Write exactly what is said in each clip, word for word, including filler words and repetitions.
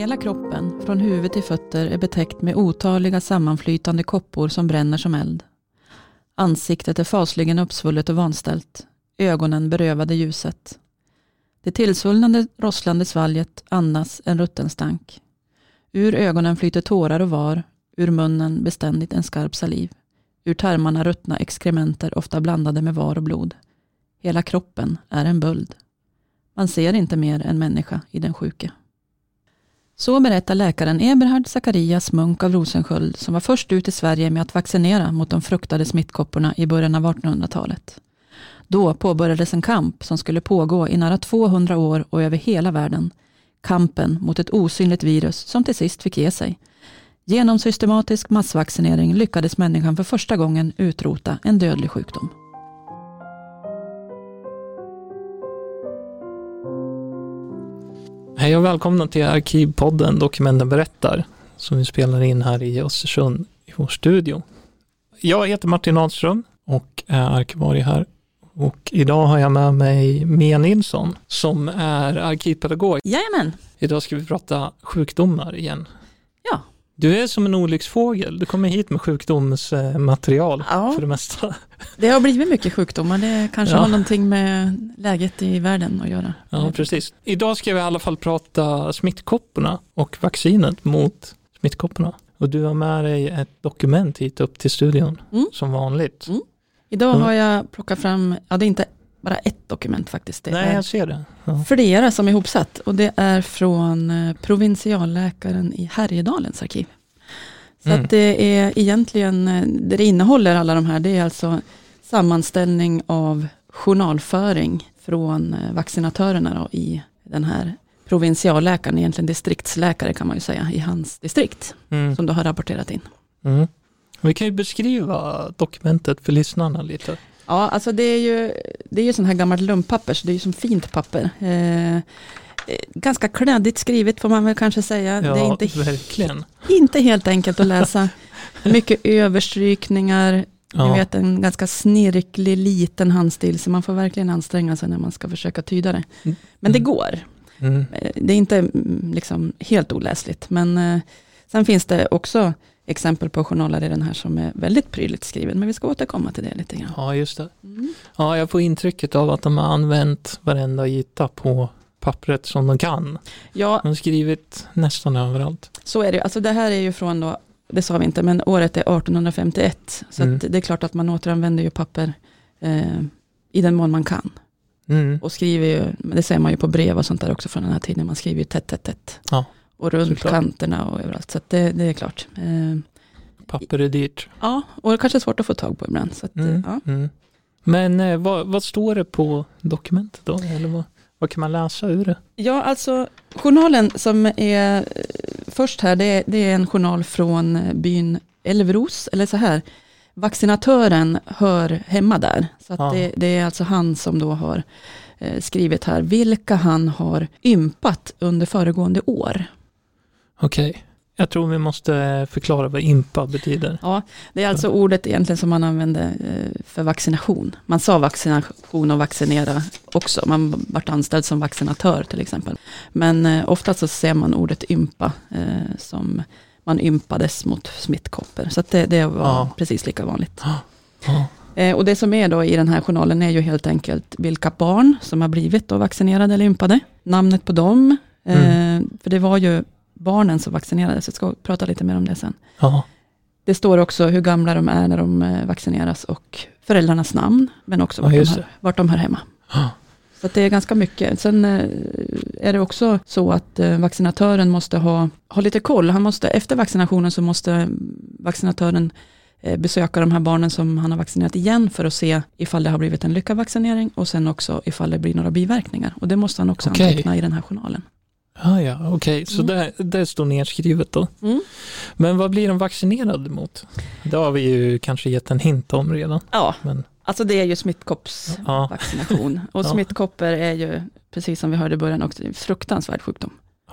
Hela kroppen, från huvud till fötter, är betäckt med otaliga sammanflytande koppor som bränner som eld. Ansiktet är fasligen uppsvullet och vanställt, ögonen berövade ljuset. Det tillsvullnande, rosslande svalget andas en rutten stank. Ur ögonen flyter tårar och var, ur munnen beständigt en skarp saliv. Ur tarmarna ruttna exkrementer ofta blandade med var och blod. Hela kroppen är en böld. Man ser inte mer än människa i den sjuke. Så berättar läkaren Eberhard Zacharias Munk av Rosensköld, som var först ut i Sverige med att vaccinera mot de fruktade smittkopporna i början av artonhundratalet. Då påbörjades en kamp som skulle pågå i nära tvåhundra år och över hela världen. Kampen mot ett osynligt virus som till sist fick ge sig. Genom systematisk massvaccinering lyckades människan för första gången utrota en dödlig sjukdom. Hej och välkomna till Arkivpodden Dokumenten berättar, som vi spelar in här i Östersund i vår studio. Jag heter Martin Ahlström och är arkivarie här. Och idag har jag med mig Mia Nilsson som är arkivpedagog. Jajamän. Idag ska vi prata sjukdomar igen. Ja. Du är som en olycksfågel. Du kommer hit med sjukdomsmaterial ja. för det mesta. Det har blivit mycket sjukdomar. Det kanske ja. har någonting med läget i världen att göra. Ja, precis. Idag ska vi i alla fall prata smittkopporna och vaccinet mot smittkopporna. Och du har med dig ett dokument hit upp till studion, mm. som vanligt. Mm. Idag har jag plockat fram, ja det är inte bara ett dokument faktiskt. Det Nej, är jag ser det. Ja. Flera som är ihopsatt. Och det är från provinsialläkaren i Härjedalens arkiv. Så mm. att det är egentligen, det, det innehåller alla de här, det är alltså sammanställning av journalföring från vaccinatörerna då, i den här provinsialläkaren, egentligen distriktsläkare kan man ju säga, i hans distrikt, mm. som då har rapporterat in. Mm. Vi kan ju beskriva dokumentet för lyssnarna lite. Ja, alltså det är ju, det är ju sån här gammalt lumppapper, så det är ju som fint papper. Eh, ganska kladdigt skrivet får man väl kanske säga. Ja, det är inte, verkligen. Inte helt enkelt att läsa. Mycket överstrykningar. Ja. Jag vet, en ganska snirklig liten handstil, så man får verkligen anstränga sig när man ska försöka tyda det. Men mm. det går. Mm. Det är inte liksom helt oläsligt. Men eh, sen finns det också exempel på journaler i den här som är väldigt prydligt skriven. Men vi ska återkomma till det lite grann. Ja, just det. Mm. Ja, jag får intrycket av att de har använt varenda yta på pappret som de kan. Ja. De har skrivit nästan överallt. Så är det. Alltså det här är ju från då, det sa vi inte, men året är arton femtioett. Så mm. att det är klart att man återanvänder ju papper eh, i den mån man kan. Mm. Och skriver ju, det säger man ju på brev och sånt där också från den här tiden. Man skriver ju tätt, tätt, tätt. Ja. Och runt Såklart. kanterna och överallt. Så att det, det är klart. Eh, Papper är dyrt. Ja, och det kanske är svårt att få tag på ibland. Så att, mm. ja. Mm. Men eh, vad, vad står det på dokumentet då? Eller vad, vad kan man läsa ur det? Ja, alltså journalen som är först här, det är, det är en journal från byn Älvros. Eller så här, vaccinatören hör hemma där. Så att det, det är alltså han som då har eh, skrivit här vilka han har ympat under föregående år. Okej. Okay. Jag tror vi måste förklara vad ympa betyder. Ja, det är alltså ordet egentligen som man använde för vaccination. Man sa vaccination och vaccinera också. Man var anställd som vaccinatör till exempel. Men eh, ofta så ser man ordet ympa eh, som man ympades mot smittkoppor. Så att det, det var ja. precis lika vanligt. Ja. Ja. Eh, och det som är då i den här journalen är ju helt enkelt vilka barn som har blivit då vaccinerade eller ympade. Namnet på dem. Eh, mm. För det var ju barnen som vaccinerades. Jag ska prata lite mer om det sen. Ja. Det står också hur gamla de är när de vaccineras och föräldrarnas namn. Men också vart, ja, de, hör, vart de hör hemma. Ja. Så att det är ganska mycket. Sen är det också så att vaccinatören måste ha, ha lite koll. Han måste, efter vaccinationen så måste vaccinatören besöka de här barnen som han har vaccinerat igen för att se ifall det har blivit en lyckad vaccinering och sen också ifall det blir några biverkningar. Och det måste han också okay. anteckna i den här journalen. Ah, ja, okej. Okay. Så mm. det, det står nedskrivet då. Mm. Men vad blir de vaccinerade mot? Det har vi ju kanske gett en hint om redan. Ja, Men... alltså det är ju smittkoppsvaccination. Ja. Och ja. smittkoppor är ju, precis som vi hörde i början, också en fruktansvärd sjukdom.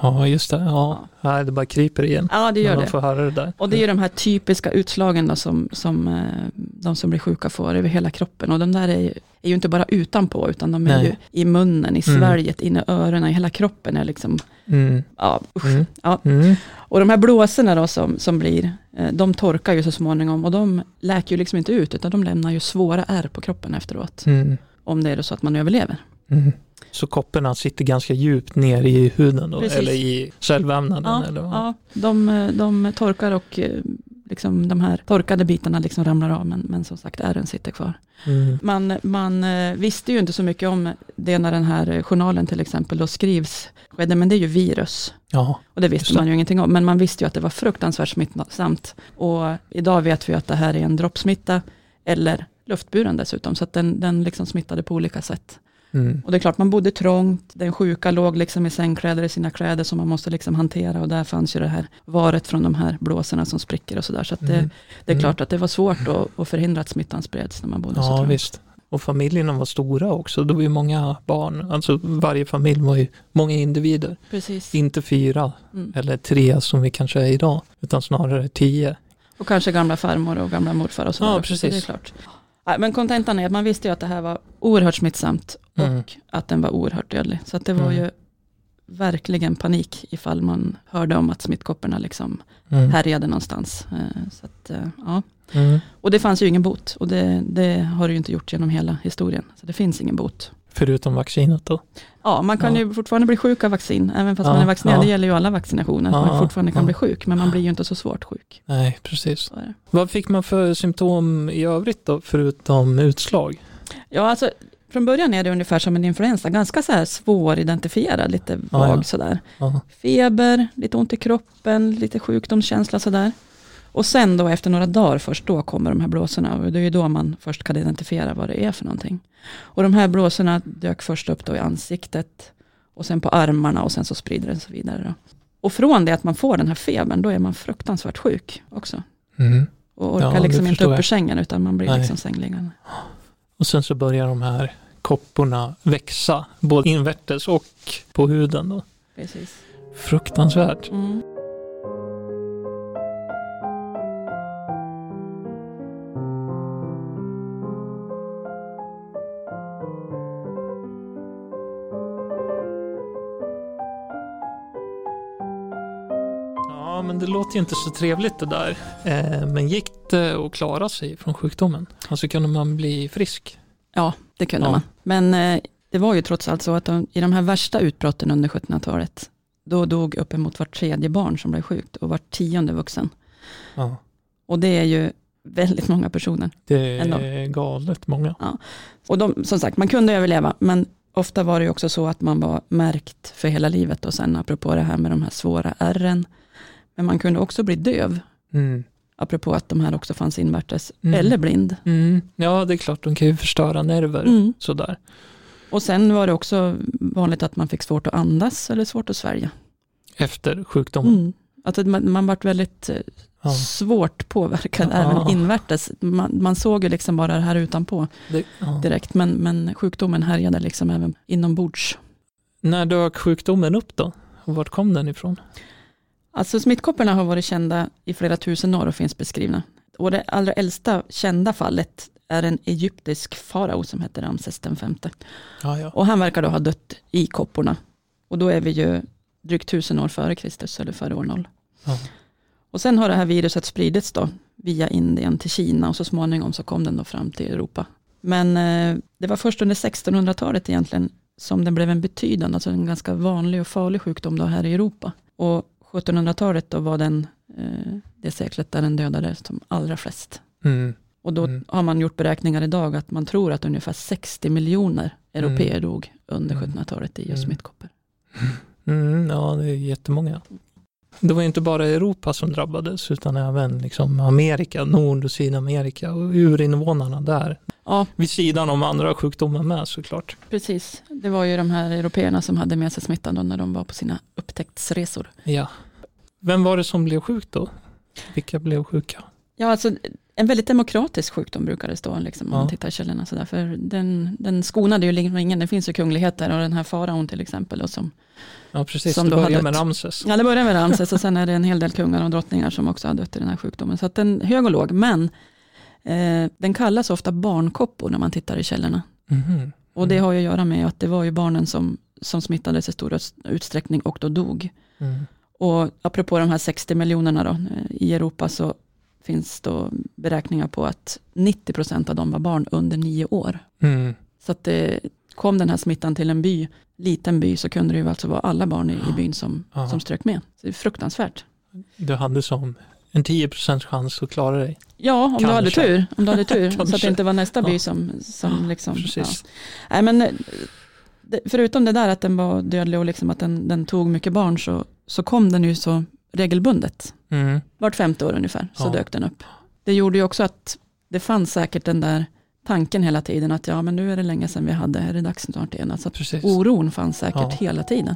Ja, just det. Ja, Ja. Nej, det bara kryper igen. Ja, det gör när man det. får höra det där. Och det är ju de här typiska utslagen då som, som eh, de som blir sjuka får över hela kroppen. Och de där är ju, är ju inte bara utanpå, utan de är Nej. ju i munnen, i Mm. sväljet, in i öronen, i hela kroppen är liksom, Mm. ja, usch. Mm. Ja. Mm. Och de här blåsorna då som, som blir, eh, de torkar ju så småningom och de läker ju liksom inte ut, utan de lämnar ju svåra ärr på kroppen efteråt. Mm. Om det är så att man överlever. Mm. Så kopporna sitter ganska djupt ner i huden då, Precis. eller i cellvävnaden? Ja, eller vad? ja de, de torkar och eh, liksom de här torkade bitarna liksom ramlar av, men, men som sagt ärren sitter kvar. Mm. Man, man eh, visste ju inte så mycket om det när den här journalen till exempel då skrivs, skedde, men det är ju virus. Ja. Och det visste Just det. man ju ingenting om, men man visste ju att det var fruktansvärt smittsamt. Och idag vet vi att det här är en droppsmitta eller luftburen dessutom, så att den, den liksom smittade på olika sätt. Mm. Och det är klart, man bodde trångt, den sjuka låg liksom i sängkläder i sina kläder som man måste liksom hantera, och där fanns ju det här varet från de här blåsorna som spricker och sådär. Så att det, Mm. det är Mm. klart att det var svårt att, att förhindra att smittan spreds när man bodde så Ja, trångt. visst. Och familjerna var stora också. Det var ju många barn. Alltså varje familj var ju många individer. Precis. Inte fyra Mm. eller tre som vi kanske är idag, utan snarare tio. Och kanske gamla farmor och gamla morfar och sådär. Ja, också, så precis. det är klart. Ja, men kontentan är att man visste ju att det här var oerhört smittsamt och Mm. att den var oerhört dödlig. Så att det var Mm. ju verkligen panik ifall man hörde om att smittkopporna liksom Mm. härjade någonstans. Eh, Så att, eh, ja. Mm. Och det fanns ju ingen bot, och det, det har det ju inte gjort genom hela historien. Så det finns ingen bot. Förutom vaccinet då. Ja, man kan Ja. ju fortfarande bli sjuk av vaccin, även fast Ja, man är vaccinerad. ja. Det gäller ju alla vaccinationer, att Ja, man fortfarande kan ja. bli sjuk, men man blir ju inte så svårt sjuk. Nej, precis. Så är det. Vad fick man för symptom i övrigt då, förutom utslag? Ja, alltså från början är det ungefär som en influensa, ganska så här svåridentifierad, lite Ja, vag ja. sådär. Ja. Feber, lite ont i kroppen, lite sjukdomskänsla sådär. Och sen då efter några dagar först då kommer de här blåsorna, och det är ju då man först kan identifiera vad det är för någonting. Och de här blåsorna dök först upp då i ansiktet och sen på armarna, och sen så sprider det sig vidare då. Och från det att man får den här febern, då är man fruktansvärt sjuk också. Mm. Och orkar Ja, det liksom inte förstår upp ur jag. sängen, utan man blir Nej. liksom sängliggande. Och sen så börjar de här kopporna växa, både invärtes och på huden då. Precis. Fruktansvärt. Mm. Ja, men det låter ju inte så trevligt det där. Eh, men gick det att klara sig från sjukdomen? Alltså kunde man bli frisk? Ja, det kunde Ja. man. Men eh, det var ju trots allt så att de, i de här värsta utbrotten under sjuttonhundratalet, då dog uppemot var tredje barn som blev sjukt och var tionde vuxen. Ja. Och det är ju väldigt många personer. Det är Ändå. galet många. Och de, som sagt, man kunde överleva, men ofta var det ju också så att man var märkt för hela livet, och sen apropå det här med de här svåra ärren. Men man kunde också bli döv, Mm. apropå att de här också fanns invärtes, Mm. eller blind. Mm. Ja, det är klart, de kan ju förstöra nerver. Mm. Sådär. Och sen var det också vanligt att man fick svårt att andas eller svårt att svälja. Efter sjukdomen. Mm. Alltså man, man var väldigt eh, Ja. svårt påverkad Ja. även invärtes. Man, man såg ju liksom bara det här utanpå Det, ja. direkt, men, men sjukdomen härjade liksom även inombords. När dök sjukdomen upp då? Och vart kom den ifrån? Alltså smittkopporna har varit kända i flera tusen år och finns beskrivna. Och det allra äldsta kända fallet är en egyptisk farao som heter Ramses den femte. Ja, ja. Och han verkar då ha dött i kopporna. Och då är vi ju drygt tusen år före Kristus, eller före år noll. Ja. Och sen har det här viruset spridits då via Indien till Kina, och så småningom så kom den då fram till Europa. Men eh, det var först under sextonhundratalet egentligen som den blev en betydande, alltså en ganska vanlig och farlig sjukdom då här i Europa. Och sjuttonhundratalet då var den eh, det seklet där den dödade som allra flest. Mm. Och då Mm. har man gjort beräkningar idag att man tror att ungefär sextio miljoner europeer Mm. dog under Mm. sjuttonhundratalet i just Mm. smittkoppor. Mm, ja, det är jättemånga. Det var inte bara Europa som drabbades, utan även liksom Amerika, Nord- och Sydamerika och urinvånarna där. Ja, Vid sidan om andra sjukdomar med såklart. precis. Det var ju de här européerna som hade med sig smittan då när de var på sina upptäcktsresor. Ja. Vem var det som blev sjuk då? Vilka blev sjuka? Ja, alltså en väldigt demokratisk sjukdom brukar det stå liksom, om Ja. man tittar i källorna. Så där. För den, den skonade ju liksom ingen, det finns ju kungligheter och den här faraon till exempel. Och som, Ja, precis. som Det då börjar hade med ett- Ramses. ja, det börjar med Ramses och sen är det en hel del kungar och drottningar som också har dött i den här sjukdomen. Så att den är hög och låg, men eh, den kallas ofta barnkoppor när man tittar i källorna. Mhm. Och det har ju att göra med att det var ju barnen som, som smittades i stor utsträckning och då dog. Mm. Och apropå de här sextio miljonerna då, i Europa så finns då beräkningar på att nittio procent av dem var barn under nio år. Mm. Så att det kom den här smittan till en by, liten by, så kunde det ju alltså vara alla barn i, i byn som, Ja. som strök med. Så det är fruktansvärt. Du hade som en tio procent chans att klara dig. Ja, om du hade Kanske. tur. Om du hade tur så att Kanske. det inte var nästa by Ja. som, som liksom... Ja. Precis. Nej, men det, förutom det där att den var dödlig och liksom att den, den tog mycket barn så, så kom den ju så regelbundet. Mm. Vart femte år ungefär så Ja. dök den upp. Det gjorde ju också att det fanns säkert den där tanken hela tiden att ja, men nu är det länge sedan vi hade, är det dags snart igen. Alltså att Precis. oron fanns säkert Ja. hela tiden.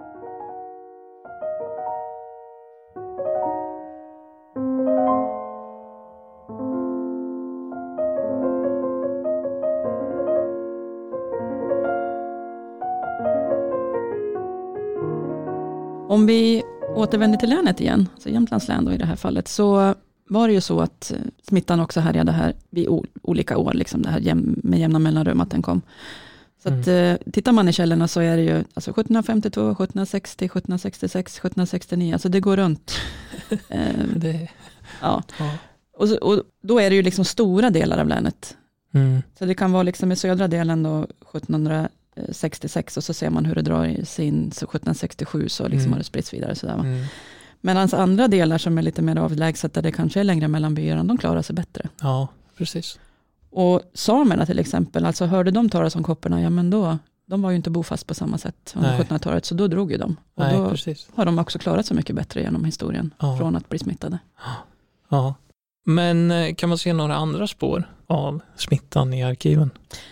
Om vi återvänder till länet igen, så Jämtlands län då i det här fallet, så var det ju så att eh, smittan också härjade här vid o- olika år, liksom det här jäm, med jämna mellanrum att den kom. Så att, eh, tittar man i källorna så är det ju alltså sjuttonhundrafemtiotvå, sjuttonhundrasextio, sjuttonhundrasextiosex, sjuttonhundrasextionio, alltså det går runt. Eh, Det, ja. ja. och, så, och då är det ju liksom stora delar av länet. Mm. Så det kan vara liksom i södra delen då sjuttonhundrasextiosex och så ser man hur det drar i sin, så sjuttonhundrasextiosju så liksom Mm. har det spritts vidare sådär va. Mm. Medan andra delar som är lite mer avlägset där det kanske är längre mellan byarna, de klarar sig bättre. Ja, precis. Och samerna till exempel, alltså hörde de talas om kopporna, ja men då, de var ju inte bofast på samma sätt under Nej. sjuttonhundratalet, så då drog ju de. Och Nej, då precis. har de också klarat sig mycket bättre genom historien, Ja. från att bli smittade. Ja. Men eh, kan man se några andra spår av smittan i arkiven?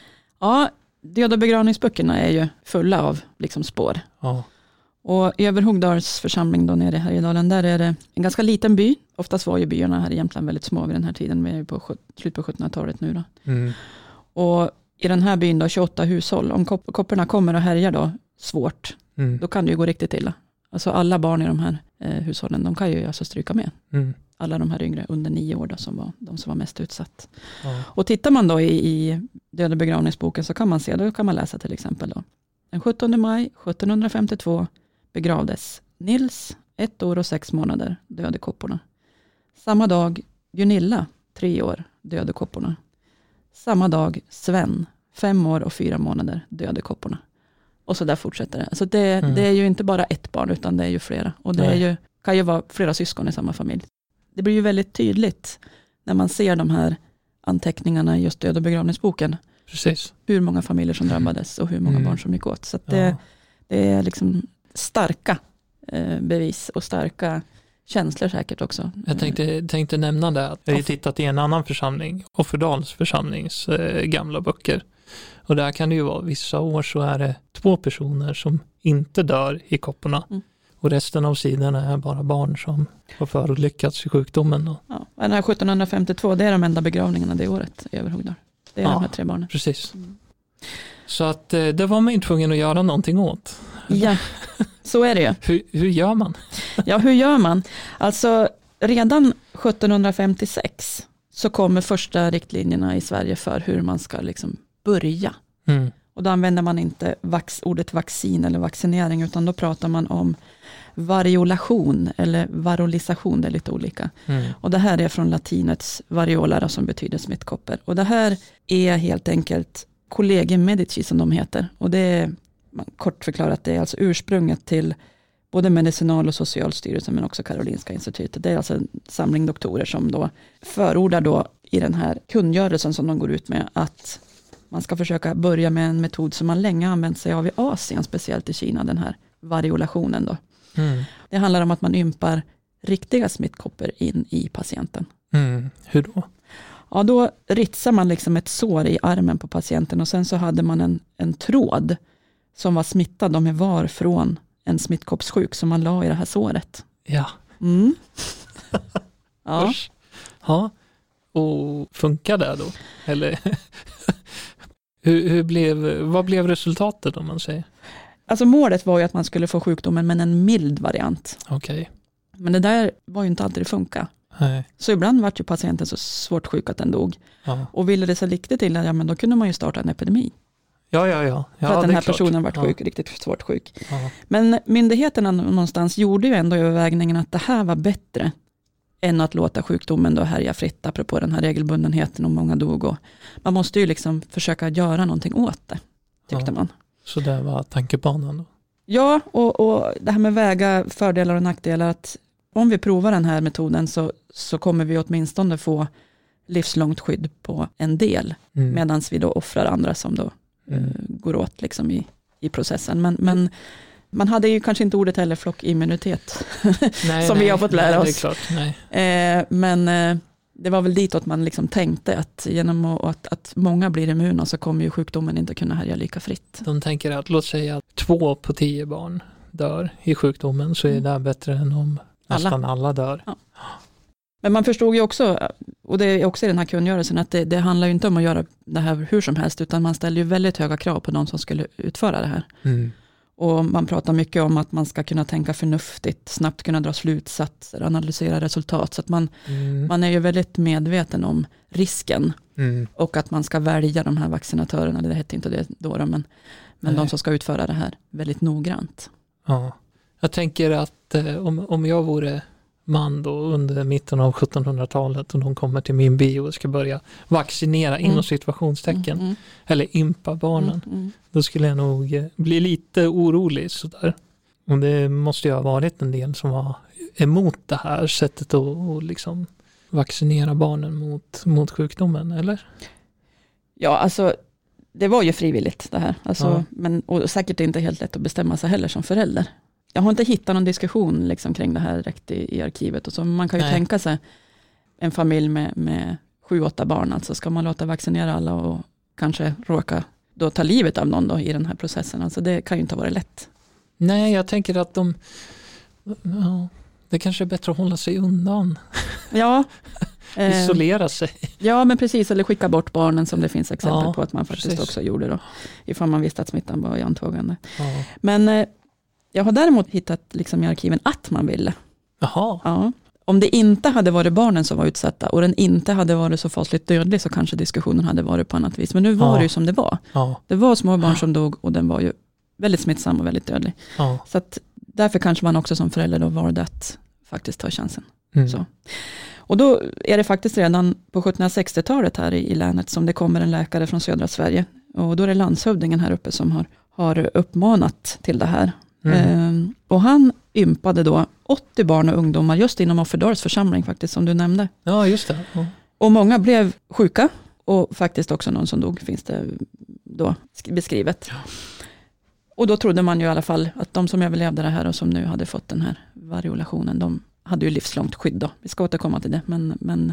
Ja, död- och begravningsböckerna är ju fulla av liksom spår. Ja. Och i Överhogdals församling då nere i Härjedalen, där är det en ganska liten by. Oftast var ju byarna här i Jämtland väldigt små vid den här tiden, vi är ju på sjut- slut på sjuttonhundratalet nu då. Mm. Och i den här byn då, tjugoåtta hushåll, om kop- kopporna kommer och härjar då svårt, Mm. då kan det ju gå riktigt illa. Alltså alla barn i de här eh, hushållen, de kan ju alltså stryka med. Mm. Alla de här yngre under nio år då, som var de som var mest utsatt. Ja. Och tittar man då i, i död- och begravningsboken så kan man se, då kan man läsa till exempel då. Den sjuttonde maj sjuttonhundrafemtiotvå begravdes Nils, ett år och sex månader, döde kopporna. Samma dag Gunilla, tre år, döde kopporna. Samma dag Sven, fem år och fyra månader, döde kopporna. Och så där fortsätter det. Alltså det, Mm. det är ju inte bara ett barn utan det är ju flera. Och det är Nej. ju, kan ju vara flera syskon i samma familj. Det blir ju väldigt tydligt när man ser de här anteckningarna i just död- och begravningsboken. Precis. Hur många familjer som drabbades och hur många Mm. barn som gick åt. Så att det, Ja. det är liksom starka eh, bevis och starka känslor säkert också. Jag tänkte, tänkte nämna det. Att jag har ju tittat i en annan församling, Offerdals församlings eh, gamla böcker. Och där kan det ju vara, vissa år så är det två personer som inte dör i kopporna. Mm. Och resten av sidorna är bara barn som har förolyckats i sjukdomen. Och, Ja, och den här sjuttonhundrafemtiotvå, det är de enda begravningarna det året i Överhogdal. Det är Ja. de här tre barnen. precis. Mm. Så att eh, det var man ju tvungen att göra någonting åt. Ja, så är det ju. Hur, hur gör man? Ja, hur gör man? Alltså, redan sjuttonhundrafemtiosex så kommer första riktlinjerna i Sverige för hur man ska liksom börja. Mm. Och då använder man inte vax, ordet vaccin eller vaccinering, utan då pratar man om variolation eller varolisation, det är lite olika. Mm. Och det här är från latinets variola som betyder smittkoppor. Och det här är helt enkelt Collegium Medici som de heter. Och det är, kort förklarat, det är alltså ursprunget till både medicinal- och socialstyrelsen men också Karolinska institutet. Det är alltså en samling doktorer som då förordar då i den här kungörelsen som de går ut med att man ska försöka börja med en metod som man länge använt sig av i Asien, speciellt i Kina, den här variolationen då. Mm. Det handlar om att man ympar riktiga smittkoppor in i patienten. Mm. Hur då? Ja, då ritsar man liksom ett sår i armen på patienten och sen så hade man en, en tråd som var smittad med var från en smittkoppssjuk som man la i det här såret. Ja. Mm. Ja. Usch. Ja. och funka där då? Eller hur, hur blev, vad blev resultatet om man säger? Alltså målet var ju att man skulle få sjukdomen men en mild variant. Okej. Okay. Men det där var ju inte alltid det funka. Nej. Så ibland var ju patienten så svårt sjuk att den dog. Ja. Och ville det så riktigt illa, ja men då kunde man ju starta en epidemi. Ja, ja, ja. ja för att den här klart. personen var ja. sjuk, riktigt svårt sjuk. Ja. Men myndigheterna någonstans gjorde ju ändå övervägningen att det här var bättre än att låta sjukdomen då härja fritt, apropå den här regelbundenheten och många dog. Och man måste ju liksom försöka göra någonting åt det, tyckte ja. man. Så det var tankebanan då? Ja, och, och det här med väga fördelar och nackdelar, att om vi provar den här metoden så, så kommer vi åtminstone få livslångt skydd på en del, mm. medan vi då offrar andra som då mm. uh, går åt liksom i, i processen. Men, men man hade ju kanske inte ordet heller flockimmunitet nej, som nej, vi har fått lära nej, oss. Det är klart, nej. Eh, men eh, det var väl ditåt man liksom tänkte att genom att, att många blir immuna så kommer ju sjukdomen inte kunna härja lika fritt. De tänker att låt säga att två på tio barn dör i sjukdomen, så är det bättre än om nästan alla, alla dör. Ja. Men man förstod ju också, och det är också i den här kungörelsen, att det, det handlar ju inte om att göra det här hur som helst, utan man ställer ju väldigt höga krav på de som skulle utföra det här. Mm. Och man pratar mycket om att man ska kunna tänka förnuftigt, snabbt kunna dra slutsatser, analysera resultat. Så att man, mm. man är ju väldigt medveten om risken. Mm. Och att man ska välja de här vaccinatörerna, det hette inte det då, men, men de som ska utföra det här väldigt noggrant. Ja, jag tänker att eh, om, om jag vore man då under mitten av sjuttonhundratalet och de kommer till min bio och ska börja vaccinera mm. inom situationstecken mm. eller impa barnen, mm. Mm. då skulle jag nog bli lite orolig sådär. Och det måste ju ha varit en del som var emot det här sättet att, att liksom vaccinera barnen mot, mot sjukdomen, eller? Ja, alltså det var ju frivilligt det här. Alltså, ja. men, och säkert inte helt lätt att bestämma sig heller som förälder. Jag har inte hittat någon diskussion liksom kring det här direkt i, i arkivet. Och så man kan ju Nej. tänka sig en familj med, med sju, åtta barn. Alltså ska man låta vaccinera alla och kanske råka då ta livet av någon då i den här processen. Alltså det kan ju inte vara lätt. Nej, jag tänker att de... Ja, det kanske är bättre att hålla sig undan. Ja. Isolera sig. Ja, men precis. Eller skicka bort barnen som det finns exempel ja, på att man faktiskt precis. också gjorde då. Ifall man visste att smittan var i antågande. Ja. Men... Jag har däremot hittat liksom i arkiven att man ville. Jaha. Ja. Om det inte hade varit barnen som var utsatta och den inte hade varit så fasligt dödlig så kanske diskussionen hade varit på annat vis. Men nu var ja. det ju som det var. Ja. Det var små barn som dog och den var ju väldigt smittsam och väldigt dödlig. Ja. Så att därför kanske man också som förälder då valde att faktiskt ta chansen. Mm. Så. Och då är det faktiskt redan på sjuttonhundrasextiotalet här i, i länet som det kommer en läkare från södra Sverige. Och då är det landshövdingen här uppe som har, har uppmanat till det här. Mm. Eh, och han ympade då åttio barn och ungdomar just inom Offerdals församling faktiskt, som du nämnde. Ja, just det. Ja. Och många blev sjuka och faktiskt också någon som dog finns det då beskrivet. Ja. Och då trodde man ju i alla fall att de som överlevde det här och som nu hade fått den här variolationen, de hade ju livslångt skydd då. Vi ska återkomma till det. Men, men...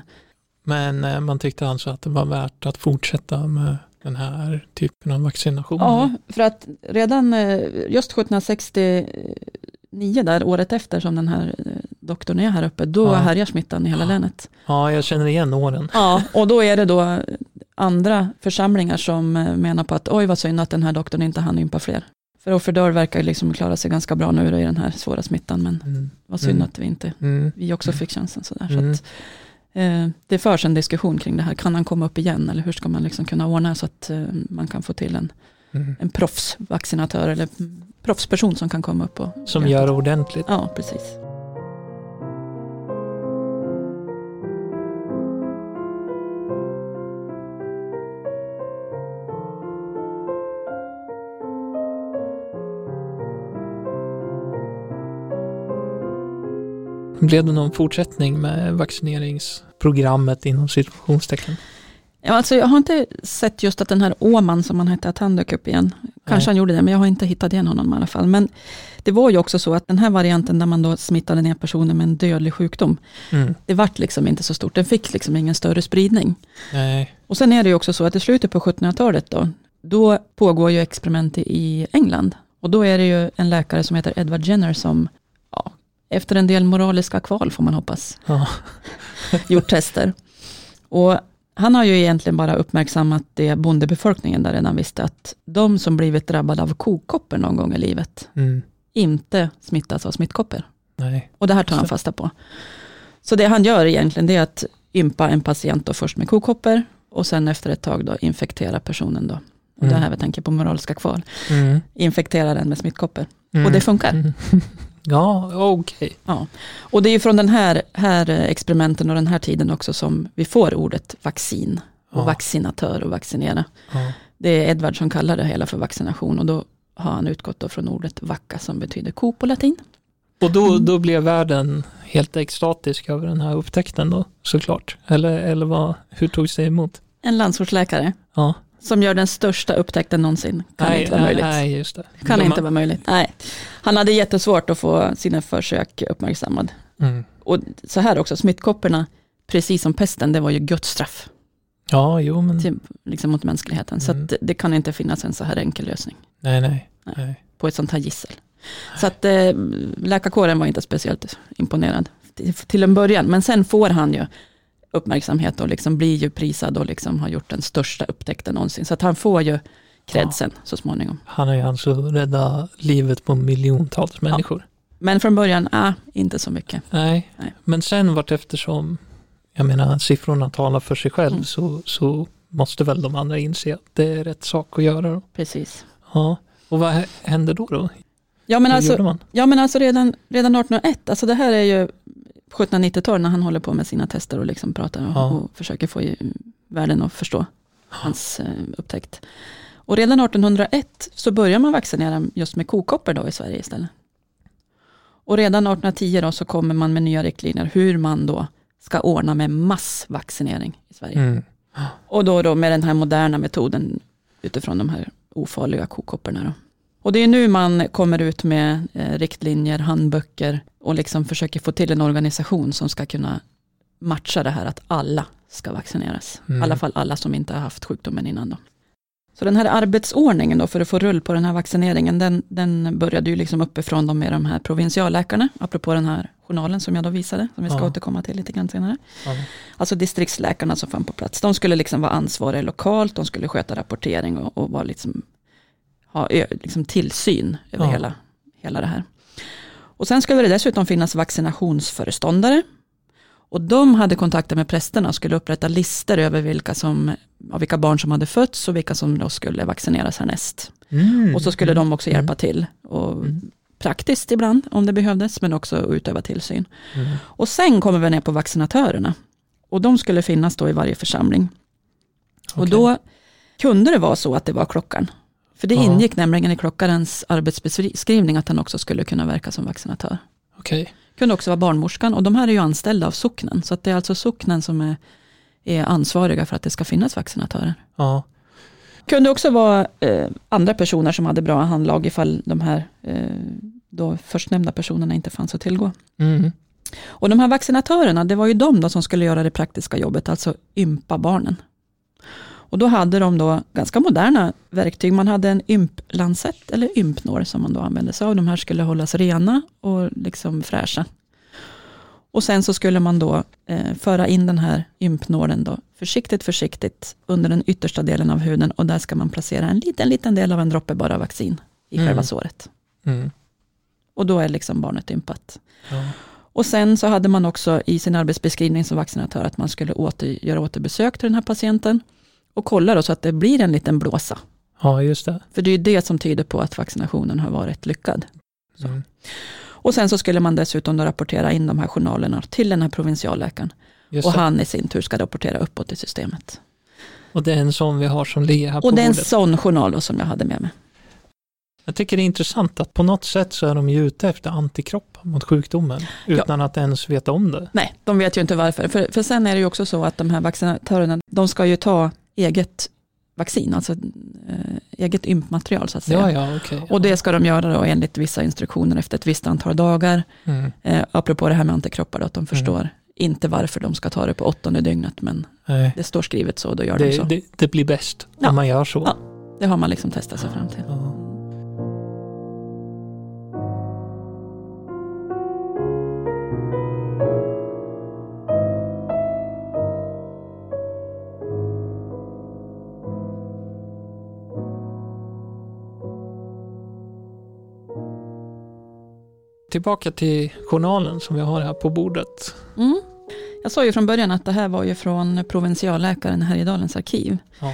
men man tyckte alltså att det var värt att fortsätta med den här typen av vaccination? Ja, för att redan just sjuttonhundrasextionio där, året efter som den här doktorn är här uppe, då ja. härjar smittan i hela ja. länet. Ja, jag känner igen åren. Ja, och då är det då andra församlingar som menar på att oj vad synd att den här doktorn inte hann ympa fler. För Offerdal verkar liksom klara sig ganska bra nu i den här svåra smittan, men mm. vad synd mm. att vi inte, mm. vi också fick chansen sådär. Mm. Så att, eh, det förs en diskussion kring det här. Kan han komma upp igen eller hur ska man liksom kunna ordna så att eh, man kan få till en, mm. en proffsvaccinatör eller proffsperson som kan komma upp och som gör det ordentligt. Ja, precis. Blev det någon fortsättning med vaccineringsprogrammet inom situationstecken? Ja, alltså jag har inte sett just att den här Åman som man hette, att han dök upp igen. Kanske Nej. han gjorde det, men jag har inte hittat igen honom i alla fall. Men det var ju också så att den här varianten där man då smittade ner personer med en dödlig sjukdom, mm. det vart liksom inte så stort. Den fick liksom ingen större spridning. Nej. Och sen är det ju också så att i slutet på sjuttonhundratalet då, då pågår ju experiment i England. Och då är det ju en läkare som heter Edward Jenner som, ja, efter en del moraliska kval får man hoppas, ja. gjort tester. Och han har ju egentligen bara uppmärksammat det bondebefolkningen där redan visste, att de som blivit drabbade av kokoppor någon gång i livet Mm. inte smittas av smittkoppor. Nej. Och det här tar han fasta på. Så det han gör egentligen, det är att ympa en patient då först med kokoppor och sen efter ett tag då infektera personen då. Och Mm. det här vi tänker på moraliska kval. Mm. Infektera den med smittkoppor. Mm. Och det funkar. Mm. Ja, okej. Okay. Ja. Och det är ju från den här, här experimenten och den här tiden också som vi får ordet vaccin och Ja. vaccinatör och vaccinera. Ja. Det är Edward som kallar det hela för vaccination, och då har han utgått då från ordet vacca som betyder ko på latin. Och då, Mm. då blev världen helt extatisk över den här upptäckten då, såklart. Eller, eller vad, hur tog det emot? En landsortsläkare Ja. som gör den största upptäckten någonsin. Kan Nej, inte vara nej, möjligt. nej, just det. Kan De- inte vara möjligt. Nej. Han hade jättesvårt att få sina försök uppmärksammad. Mm. Och så här också, smittkopporna, precis som pesten, det var ju Guds straff Ja, jo, men... till, liksom mot mänskligheten. Så Mm. att det, det kan inte finnas en så här enkel lösning Nej, nej. Nej. nej. på ett sånt här gissel. Så att eh, läkarkåren var inte speciellt imponerad till, till en början. Men sen får han ju uppmärksamhet och liksom blir ju prisad och liksom har gjort den största upptäckten någonsin. Så att han får ju kredsen så småningom. Han har ju alltså räddat livet på miljontals människor. Men från början, ah, inte så mycket. Nej. Nej. Men sen vart eftersom, jag menar, siffrorna talar för sig själv Mm. så, så måste väl de andra inse att det är rätt sak att göra då. Precis. Ja. Och vad hä- hände då då? Ja men Hur alltså, gjorde man? ja, men alltså redan, redan artonhundraett, alltså det här är ju sjuttonhundranittio-tal när han håller på med sina tester och liksom pratar och, Ja. och försöker få i världen att förstå hans eh, upptäckt. Och redan artonhundraett så börjar man vaccinera just med kokoppor då i Sverige istället. Och redan artonhundratio då så kommer man med nya riktlinjer hur man då ska ordna med massvaccinering i Sverige. Mm. Och då, då med den här moderna metoden utifrån de här ofarliga kokopporna då. Och det är nu man kommer ut med eh, riktlinjer, handböcker och liksom försöker få till en organisation som ska kunna matcha det här att alla ska vaccineras. Mm. I alla fall alla som inte har haft sjukdomen innan då. Så den här arbetsordningen då för att få rull på den här vaccineringen, den, den började ju liksom uppifrån dem med de här provinsialläkarna, apropå den här journalen som jag då visade, som vi ska Ja. återkomma till lite grann senare. Ja. Alltså distriktsläkarna som fann på plats. De skulle liksom vara ansvariga lokalt, de skulle sköta rapportering och, och vara liksom, ha ö, liksom tillsyn över Ja. hela, hela det här. Och sen skulle det dessutom finnas vaccinationsföreståndare. Och de hade kontakter med prästerna och skulle upprätta listor över vilka, som, av vilka barn som hade fötts och vilka som då skulle vaccineras härnäst. Mm. Och så skulle de också hjälpa Mm. till. Och Mm. praktiskt ibland om det behövdes, men också utöva tillsyn. Mm. Och sen kommer vi ner på vaccinatörerna. Och de skulle finnas då i varje församling. Och Okej. då kunde det vara så att det var klockan. För det Ja. ingick nämligen i klockarens arbetsbeskrivning att han också skulle kunna verka som vaccinatör. Okej. Kunde också vara barnmorskan, och de här är ju anställda av socknen. Så att det är alltså socknen som är, är ansvariga för att det ska finnas vaccinatörer. Ja. Kunde också vara eh, andra personer som hade bra handlag ifall de här eh, då förstnämnda personerna inte fanns att tillgå. Mm. Och de här vaccinatörerna, det var ju de då som skulle göra det praktiska jobbet, alltså ympa barnen. Och då hade de då ganska moderna verktyg. Man hade en ymplansett eller ympnår som man då använde sig av. De här skulle hållas rena och liksom fräscha. Och sen så skulle man då eh, föra in den här ympnålen då försiktigt försiktigt under den yttersta delen av huden, och där ska man placera en liten liten del av en droppe bara vaccin i Mm. själva såret. Mm. Och då är liksom barnet ympat. Ja. Och sen så hade man också i sin arbetsbeskrivning som vaccinatör att man skulle åter, göra återbesök till den här patienten och kolla då så att det blir en liten blåsa. Ja, just det. För det är ju det som tyder på att vaccinationen har varit lyckad. Mm. Och sen så skulle man dessutom då rapportera in de här journalerna till den här provinsialläkaren. Just Och det. han i sin tur ska rapportera uppåt i systemet. Och det är en sån vi har som ligger här på Och det är en bordet. sån journal då som jag hade med mig. Jag tycker det är intressant att på något sätt så är de ju ute efter antikroppar mot sjukdomen utan att ens veta om det. Nej, de vet ju inte varför. För, för sen är det ju också så att de här vaccinatörerna, de ska ju ta eget vaccin, alltså eh, eget ympmaterial så att säga. Ja, ja, okej. Och det ska de göra då enligt vissa instruktioner efter ett visst antal dagar. Mm. Eh, apropå det här med antikroppar, då, att de förstår inte varför de ska ta det på åttonde dygnet, men Nej. det står skrivet så, då gör de så. Det, det, det blir bäst Ja. om man gör så. Ja. Det har man liksom testat sig fram till. Ja. tillbaka till journalen som vi har här på bordet. Mm. Jag sa ju från början att det här var ju från provinsialläkaren här i Härjedalens arkiv. Ja.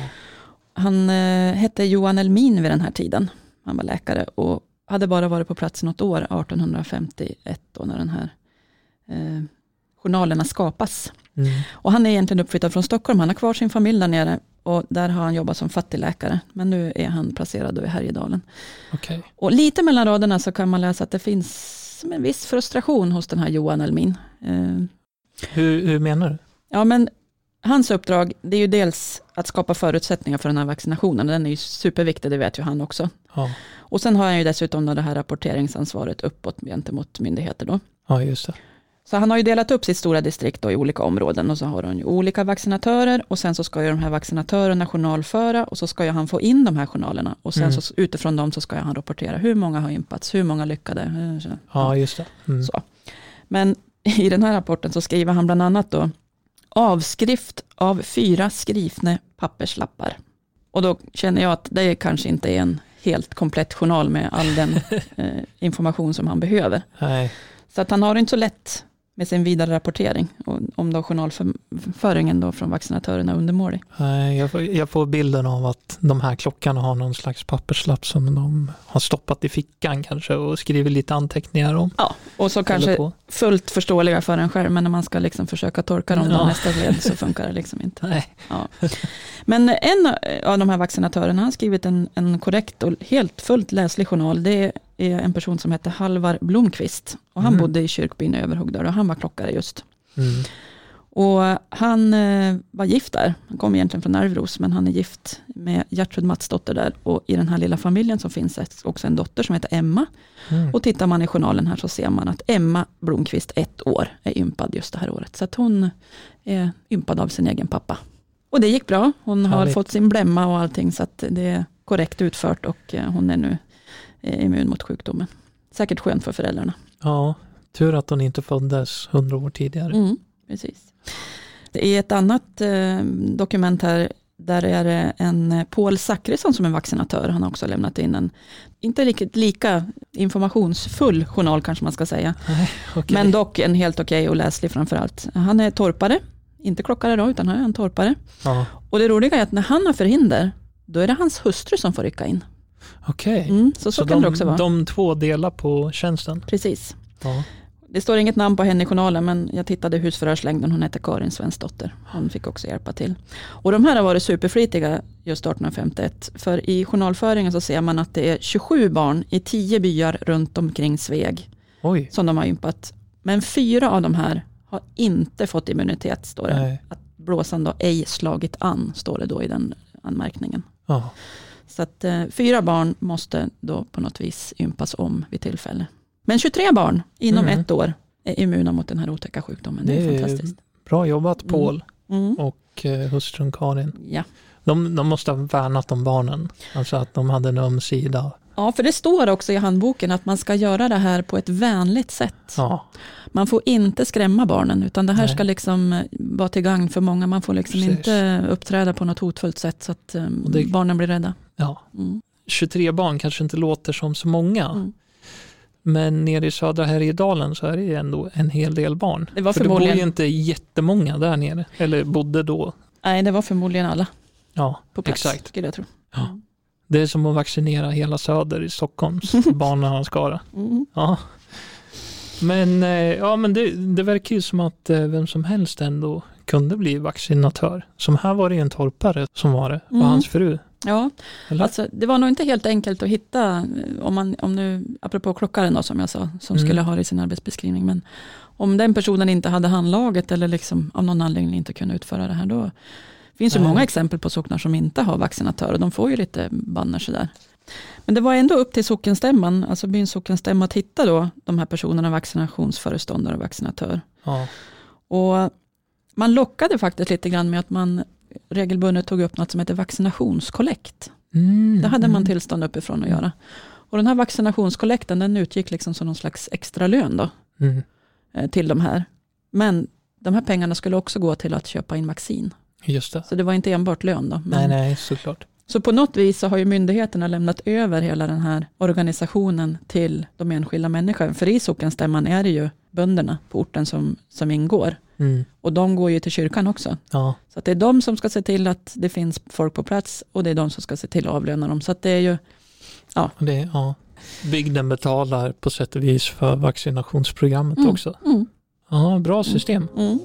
Han eh, hette Johan Elmin vid den här tiden. Han var läkare och hade bara varit på plats något år, arton femtioett, då, när den här eh, journalerna skapas. Mm. Och han är egentligen uppflyttad från Stockholm. Han har kvar sin familj där nere och där har han jobbat som fattigläkare. Men nu är han placerad i Härjedalen. Okay. Och lite mellan raderna så kan man läsa att det finns en viss frustration hos den här Johan Elmin. Eh, hur, hur menar du? Ja, men hans uppdrag, det är ju dels att skapa förutsättningar för den här vaccinationen. Den är ju superviktig, det vet ju han också. Ja. Och sen har han ju dessutom det här rapporteringsansvaret uppåt gentemot myndigheter då. Ja, just det. Så han har ju delat upp sitt stora distrikt då i olika områden och så har han ju olika vaccinatörer och sen så ska ju de här vaccinatörerna journalföra och så ska ju han få in de här journalerna och sen mm. så utifrån dem så ska han rapportera hur många har impats, hur många lyckade. Så, ja, just det. Mm. Så. Men i den här rapporten så skriver han bland annat då avskrift av fyra skrivna papperslappar. Och då känner jag att det kanske inte är en helt komplett journal med all den eh, information som han behöver. Nej. Så att han har inte så lätt med sin vidare rapportering och om då journalföringen då från vaccinatörerna undermålig. Nej, jag får, jag får bilden av att de här klockarna har någon slags papperslapp som de har stoppat i fickan kanske och skriver lite anteckningar om. Ja, och så kanske fullt förståeliga för en själv, men när man ska liksom försöka torka dem ja. då nästa led så funkar det liksom inte. Nej. Ja. Men en av de här vaccinatörerna har skrivit en, en korrekt och helt fullt läslig journal. Det är en person som heter Halvar Blomqvist och han mm. bodde i Kyrkbyn i Överhogdal och han var klockare just. Mm. Och han eh, var gift där. Han kom egentligen från Ärvros, men han är gift med Gertrud Matsdotter där. Och i den här lilla familjen så finns det också en dotter som heter Emma. Mm. Och tittar man i journalen här så ser man att Emma Blomqvist ett år är ympad just det här året. Så att hon är ympad av sin egen pappa. Och det gick bra. Hon har Härligt. Fått sin blämma och allting så att det är korrekt utfört och hon är nu immun mot sjukdomen. Säkert skönt för föräldrarna. Ja, tur att hon inte föddes hundra år tidigare. Mm, precis. I ett annat eh, dokument här, där är det en Paul Zackrisson som är vaccinatör. Han har också lämnat in en, inte riktigt lika informationsfull journal kanske man ska säga. Nej, okay. Men dock en helt okej och läslig framförallt. Han är torpare, inte klockare då, utan han är en torpare. Ja. Och det roliga är att när han har förhinder, då är det hans hustru som får rycka in. Okej, okay. mm, så, så, så kan de, det också vara. de två delar på tjänsten? Precis. Ja. Det står inget namn på henne i journalen, men jag tittade husförhörslängden. Hon heter Karin Svensdotter. Hon fick också hjälpa till. Och de här har varit superflitiga just arton femtioett. För i journalföringen så ser man att det är tjugosju barn i tio byar runt omkring Sveg. Oj. Som de har ympat. Men fyra av de här har inte fått immunitet, står det. Nej. Att blåsan då ej slagit an, står det då i den anmärkningen. Ja. Så att eh, fyra barn måste då på något vis ympas om vid tillfälle. Men tjugotre barn inom mm. ett år är immuna mot den här otäcka sjukdomen. Det, det är fantastiskt. Bra jobbat Paul mm. Mm. och eh, hustrun Karin. Ja. De, de måste ha värnat om barnen. Alltså att de hade en öm sida. Ja, för det står också i handboken att man ska göra det här på ett vänligt sätt. Ja. Man får inte skrämma barnen, utan det här Nej. Ska liksom vara till gagn för många. Man får liksom Precis. inte uppträda på något hotfullt sätt så att um, det, barnen blir rädda. Ja. Mm. tjugotre barn kanske inte låter som så många. Mm. Men nere i södra Härjedalen så är det ändå en hel del barn. Det var för förmodligen... det bor ju inte jättemånga där nere. Eller bodde då. Nej, det var förmodligen alla. Ja, på plats, exakt. Skulle jag tro. Ja. Det är som att vaccinera hela söder i Stockholms barnaskara. Mm. Ja. Men, ja, men det, det verkar ju som att vem som helst ändå kunde bli vaccinatör. Som här var det ju en torpare som var det. Mm. Och hans fru. Ja, alltså, det var nog inte helt enkelt att hitta, om man, om nu, apropå klockaren då, som jag sa, som mm. skulle ha det i sin arbetsbeskrivning, men om den personen inte hade handlaget eller liksom av någon anledning inte kunde utföra det här, då finns ju Nej. många exempel på socknar som inte har vaccinatör och de får ju lite banner sådär. Men det var ändå upp till sockenstämman, alltså byns sockenstämma, att hitta då de här personerna, vaccinationsföreståndare och vaccinatör. Ja. Och man lockade faktiskt lite grann med att man regelbundet tog upp något som heter vaccinationskollekt. Mm, det hade man mm. tillstånd uppifrån att göra. Och den här vaccinationskollekten, den utgick liksom som någon slags extra lön då, mm. till de här. Men de här pengarna skulle också gå till att köpa in vaccin. Just det. Så det var inte enbart lön då. Men nej, nej, såklart. Så på något vis så har ju myndigheterna lämnat över hela den här organisationen till de enskilda människorna. För i sockenstämman är det ju bönderna på orten som, som ingår. Mm. Och de går ju till kyrkan också. Ja. Så att det är de som ska se till att det finns folk på plats och det är de som ska se till att avlöna dem. Så att det är ju, ja. Det, ja. Bygden betalar på sätt och vis för vaccinationsprogrammet Mm. också. Mm. Ja, bra system. Mm.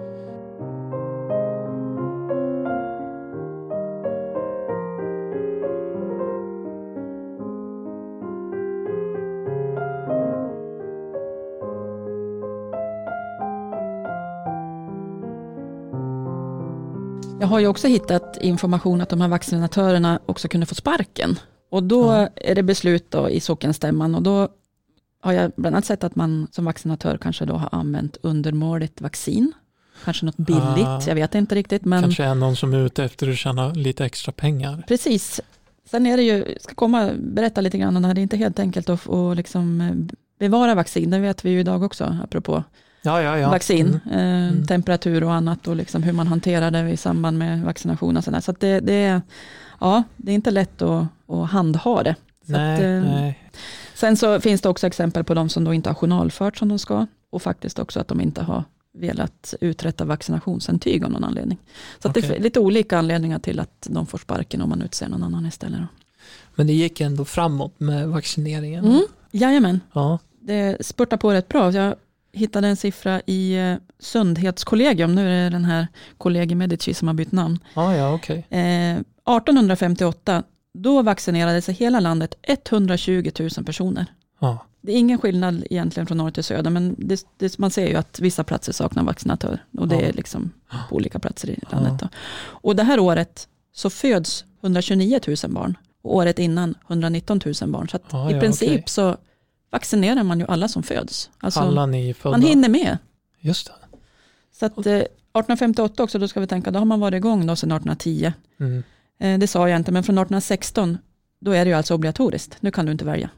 Jag har ju också hittat information att de här vaccinatörerna också kunde få sparken. Och då Ja. är det beslut då i sockenstämman och då har jag bland annat sett att man som vaccinatör kanske då har använt undermåligt vaccin. Kanske något billigt, Ah. jag vet inte riktigt. Men Kanske är någon som är ute efter att tjäna lite extra pengar. precis. Sen är det ju, jag ska komma berätta lite grann om det här. Det är inte helt enkelt att få liksom bevara vaccin. Det vet vi ju idag också, apropå Ja, ja, ja. vaccin. Mm. Eh, Mm. Temperatur och annat och liksom hur man hanterar det i samband med vaccination och sådär. Så att det, det, är, ja, det är inte lätt att, att handha det. Så Nej, att, eh, nej. Sen så finns det också exempel på de som då inte har journalfört som de ska. Och faktiskt också att de inte har velat uträtta vaccinationsintyg av någon anledning. Så att Okej. det är lite olika anledningar till att de får sparken om man utser någon annan istället. Då. Men det gick ändå framåt med vaccineringen. Mm, jajamän, Ja. det spurtar på rätt bra. Jag hittade en siffra i eh, Sundhetskollegium. Nu är det den här kollegium Medici som har bytt namn. Ja, ja, okej. Eh, arton femtioåtta, då vaccinerades i hela landet etthundratjugo tusen personer. Ja. Det är ingen skillnad egentligen från norr till söder, men det, det, man ser ju att vissa platser saknar vaccinatör. Och det Ja. är liksom på olika platser i landet. Då. Och det här året så föds etthundratjugonio tusen barn. Och året innan etthundranitton tusen barn. Så att Ja, i ja, princip okej. så vaccinerar man ju alla som föds. Alltså, Alla ni födda. man hinner med. Just det. Så att eh, arton femtioåtta också, då ska vi tänka, då har man varit igång då sedan arton tio. Mm. Eh, det sa jag inte, men från arton sexton, då är det ju alltså obligatoriskt. Nu kan du inte välja.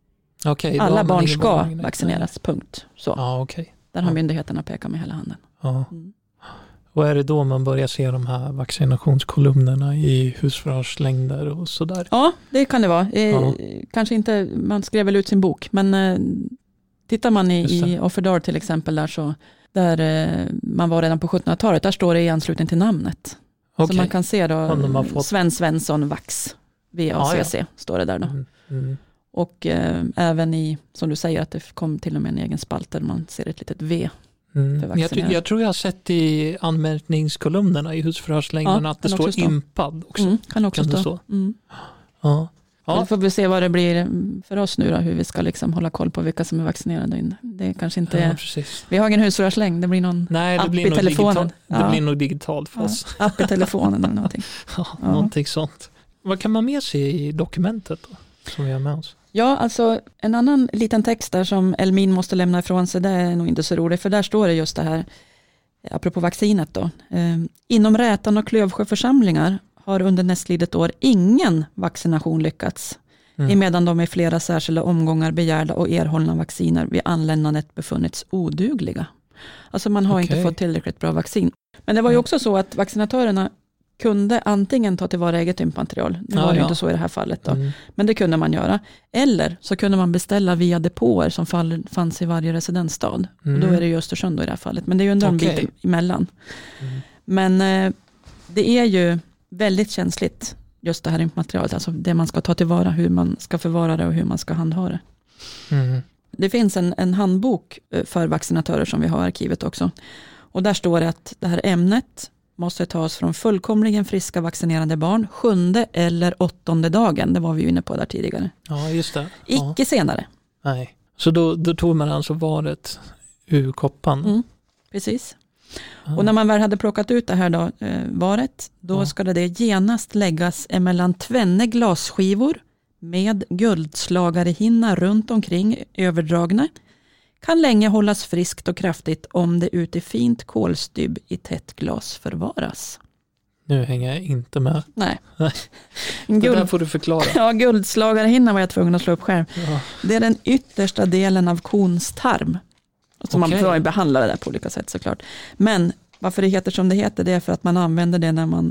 Okej, då Alla har man barn ingen ska varning. vaccineras, punkt. Så. Ja, okej. Där har Ja. myndigheterna pekat med hela handen. Ja. Mm. Och är det då man börjar se de här vaccinationskolumnerna i husförhörslängder och sådär? Ja, det kan det vara. Eh, Ja. Kanske inte, man skrev väl ut sin bok, men eh, tittar man i, Just det. i Offerdal till exempel, där, så, där eh, man var redan på sjuttonhundratalet, där står det i anslutning till namnet. Okej. Så man kan se då, Om de har fått- Sven Svensson Vax, V A C C, står det där då. Mm. Mm. Och eh, även i, som du säger, att det kom till och med en egen spalt där man ser ett litet V. För Mm. Jag, vaccinerade. ty- jag tror jag har sett i anmärkningskolumnerna i husförhörslängderna Ja, att det kan står också stå. impad också. Mm, kan också Kan det stå. stå? Mm. Ja. Ja. Ja. Då får vi se vad det blir för oss nu då, hur vi ska liksom hålla koll på vilka som är vaccinerade. In. Det är kanske inte, ja, precis. vi har ingen husförhörslängd, det blir någon Nej, det app blir, i nog telefonen. digitalt, det Ja. blir nog digitalt för Ja, oss. app i telefonen eller någonting. Ja, Ja. Någonting sånt. Vad kan man med sig i dokumentet då, som vi har med oss? Ja, alltså en annan liten text där som Elmin måste lämna ifrån sig, det är nog inte så roligt, för där står det just det här, apropå vaccinet då. Eh, inom Rätan och Klövsjö församlingar har under nästlidet år ingen vaccination lyckats, Mm. emedan de i flera särskilda omgångar begärda och erhållna vacciner vid anlännandet befunnits odugliga. Alltså man har inte Okej. fått tillräckligt bra vaccin. Men det var ju Mm. också så att vaccinatörerna kunde antingen ta tillvara eget ympmaterial, nu Ja, var det ju ja. inte så i det här fallet då, Mm. men det kunde man göra. Eller så kunde man beställa via depåer som fall, fanns i varje residensstad. Mm. Och då är det ju Östersund då i det här fallet. Men det är ju ändå en Okej. bit emellan. Mm. Men eh, det är ju väldigt känsligt, just det här ympmaterialet. Alltså det man ska ta tillvara, hur man ska förvara det och hur man ska handha det. Mm. Det finns en, en handbok eh, för vaccinatörer som vi har i arkivet också. Och där står det att det här ämnet måste tas från fullkomligen friska vaccinerade barn sjunde eller åttonde dagen. Det var vi ju inne på där tidigare. Ja, just det. Ja. Icke senare. Nej. Så då, då tog man alltså varet ur koppan? Mm, precis. Ja. Och när man väl hade plockat ut det här då, eh, varet, då Ja. ska det genast läggas emellan tvenne glasskivor med guldslagarihinna runt omkring överdragna. Kan länge hållas friskt och kraftigt om det ut i fint kolstybb i tätt glas förvaras. Nu hänger jag inte med. Nej. Nej. En Det där Guld, får du förklara. ja, guldslagarihinna var jag tvungen att slå upp själv. Ja. Det är den yttersta delen av kons tarm. Så man Okej. får behandla det där på olika sätt såklart. Men varför det heter som det heter, det är för att man använder det när man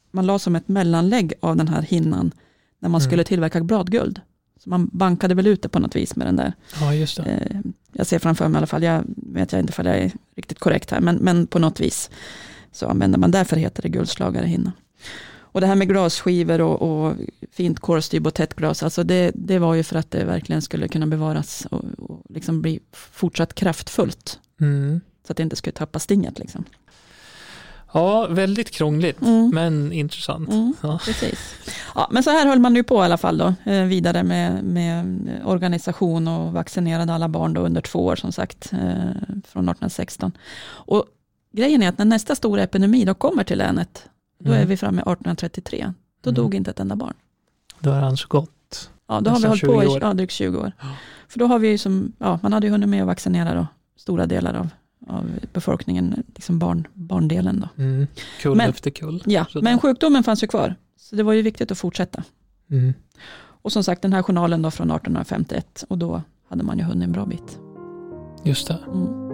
man la som ett mellanlägg av den här hinnan när man Mm. skulle tillverka bladguld. Så man bankade väl ut det på något vis med den där. Ja, just det. Eh, jag ser framför mig i alla fall, jag vet jag inte om jag är riktigt korrekt här, men, men på något vis så använder man, därför heter det guldslagare hinna. Och det här med glasskivor och, och fint korstyb och tätt glas, alltså det, det var ju för att det verkligen skulle kunna bevaras och, och liksom bli fortsatt kraftfullt. Mm. Så att det inte skulle tappa stinget liksom. Ja, väldigt krångligt, Mm. men intressant. Mm, Ja. precis. Ja, men så här höll man ju på i alla fall då, eh, vidare med, med organisation och vaccinerade alla barn då under två år som sagt, eh, från arton sexton. Och grejen är att när nästa stora epidemi då kommer till länet, då Mm. är vi framme arton trettiotre. Då Mm. dog inte ett enda barn. Då är han så gott. Ja, då har vi Nästan hållit på tjugo i år. ja, drygt tjugo år. Ja. För då har vi ju som, ja, man hade ju hunnit med att vaccinera då, stora delar av, av befolkningen, liksom barn, barndelen då. Mm. Kull Men- efter kull. Ja, Sådär. men sjukdomen fanns ju kvar. Så det var ju viktigt att fortsätta. Mm. Och som sagt den här journalen då från arton femtioett, och då hade man ju hunnit en bra bit. Just det. Mm.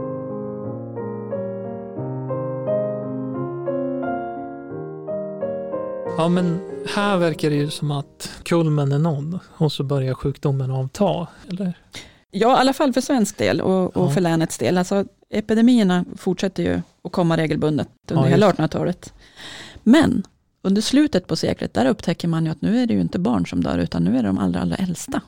Ja, men här verkar det ju som att kulmen är nådd och så börjar sjukdomen avta, eller? Ja, i alla fall för svensk del och, och Ja. för länets del. Alltså, epidemierna fortsätter ju att komma regelbundet under Ja, hela just. artonhundratalet. Men under slutet på seklet, där upptäcker man ju att nu är det ju inte barn som dör, utan nu är det de allra, allra äldsta.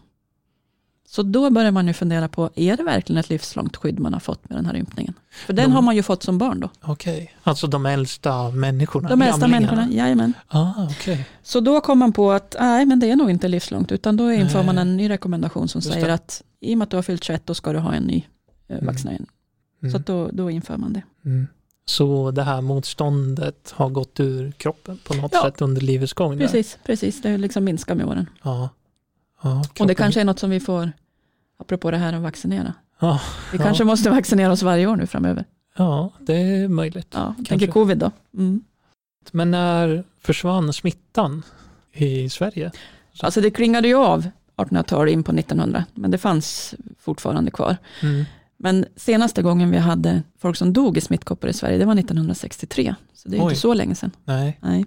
Så då börjar man ju fundera på, är det verkligen ett livslångt skydd man har fått med den här ympningen? För den De- har man ju fått som barn då. Okej. Alltså de äldsta människorna? De äldsta gamlingarna. människorna, jajamän. Ah, okej. Så då kom man på att nej, men det är nog inte livslångt, utan då inför Nej. man en ny rekommendation som Just säger det. att i och med att du har fyllt tjugoett, då ska du ha en ny eh, Mm. vaccinering. Mm. Så att då, då inför man det. Mm. Så det här motståndet har gått ur kroppen på något Ja. sätt under livets gång? där? Precis, precis. Det liksom minskar med åren. Ja. Ja, Och det kroppen- kanske är något som vi får, apropå det här att vaccinera. Ja, Vi Ja. kanske måste vaccinera oss varje år nu framöver. ja, det är möjligt. Ja, jag Kanske. tänker covid då. Mm. Men när försvann smittan i Sverige? Alltså det klingade ju av artonhundratalet in på nittonhundra, men det fanns fortfarande kvar. Mm. Men senaste gången vi hade folk som dog i smittkoppor i Sverige, det var nittonhundrasextiotre. Så det är Oj. inte så länge sedan. Nej. Nej.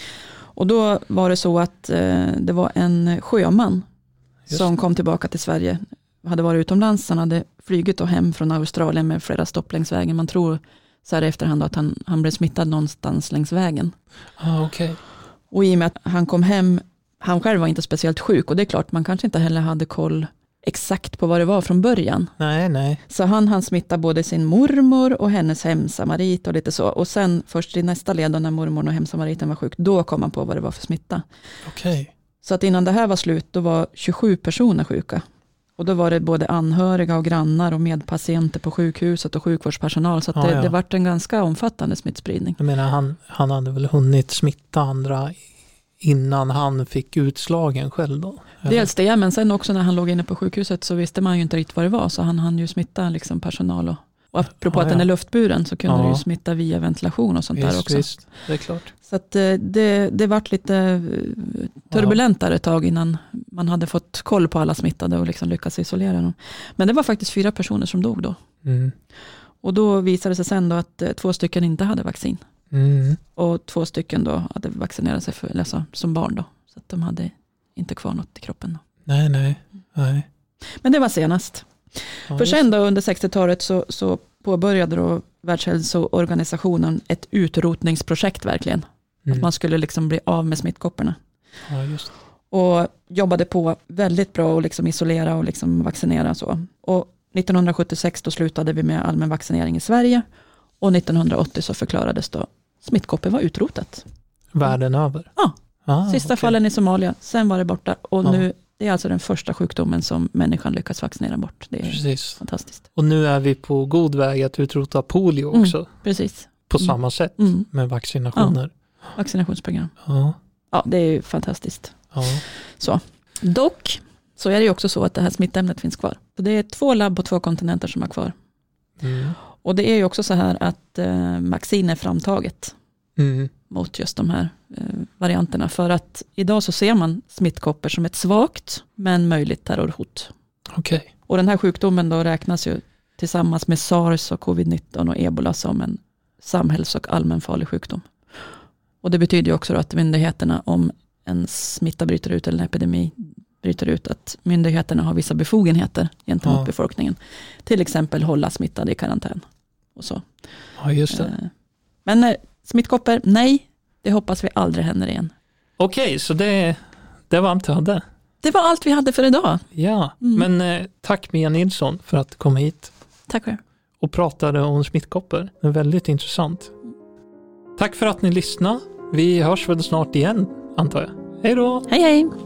Och då var det så att eh, det var en sjöman Just som kom tillbaka till Sverige. Hade varit utomlands, han hade flygit och hem från Australien med flera stopp längs vägen. Man tror så här i efterhand att han, han blev smittad någonstans längs vägen. Ah, okej. Och i och med att han kom hem, han själv var inte speciellt sjuk, och det är klart man kanske inte heller hade koll exakt på vad det var från början. Nej, nej. Så han han smitta både sin mormor och hennes hemsamarit och lite så. Och sen först i nästa led då, när mormor och hemsamariten var sjuk, då kom man på vad det var för smitta. Okej. Så att innan det här var slut, då var tjugosju personer sjuka. Och då var det både anhöriga och grannar och medpatienter på sjukhuset och sjukvårdspersonal. Så att Ja, det, ja. det vart en ganska omfattande smittspridning. Jag menar, han, han hade väl hunnit smitta andra innan han fick utslagen själv då? Eller? Dels det, men sen också när han låg inne på sjukhuset så visste man ju inte riktigt vad det var. Så han hann ju smitta liksom personal. Och, och apropå Ja, att den ja. är luftburen så kunde Ja. det ju smitta via ventilation och sånt där Visst, också. visst. Det är klart. Så att eh, det, det vart lite eh, turbulentare ett tag innan man hade fått koll på alla smittade och liksom lyckats isolera dem. Men det var faktiskt fyra personer som dog då. Mm. Och då visade det sig sen då att eh, två stycken inte hade vaccin. Mm. Och två stycken då hade vaccinerat sig för, alltså, som barn då. Så att de hade inte kvar något i kroppen då. Nej, nej. nej. Men det var senast. Ja, För just- sen då under sextiotalet så, så påbörjade då Världshälsoorganisationen ett utrotningsprojekt verkligen. Mm. Att man skulle liksom bli av med smittkopporna. Ja, just. Och jobbade på väldigt bra att liksom isolera och liksom vaccinera och så. Och nittonhundrasjuttiosex då slutade vi med allmän vaccinering i Sverige. Och nittonhundraåttio så förklarades då smittkoppor var utrotat. Världen över? Ja, Ah, sista okej. fallen i Somalia, sen var det borta. Och Ja. nu, det är alltså den första sjukdomen som människan lyckas vaccinera bort. Det är Precis. fantastiskt. Och nu är vi på god väg att utrota polio Mm. också. Precis. På Mm. samma sätt Mm. med vaccinationer. Vaccinationsprogram. Ja. Ja, det är ju fantastiskt. Ja. Dock så är det ju också så att det här smittämnet finns kvar. Så det är två labb på två kontinenter som är kvar. Mm. Och det är ju också så här att eh, vaccin är framtaget Mm. mot just de här eh, varianterna. För att idag så ser man smittkoppor som ett svagt men möjligt terrorhot. Okej. Och den här sjukdomen då räknas ju tillsammans med SARS och covid nitton och ebola som en samhälls- och allmänfarlig sjukdom. Och det betyder ju också då att myndigheterna, om en smitta bryter ut eller en epidemi bryter ut, att myndigheterna har vissa befogenheter gentemot ja. befolkningen. Till exempel hålla smittade i karantän och så. Ja, just det. Men smittkoppor, nej, det hoppas vi aldrig händer igen. Okej, så det, det var allt vi hade. Det var allt vi hade för idag. Ja, mm. men eh, tack Mia Nilsson för att komma hit. Tack själv. Och pratade om smittkoppor. Det är väldigt intressant. Tack för att ni lyssnade. Vi hörs väl snart igen, antar jag. Hej då! Hej hej!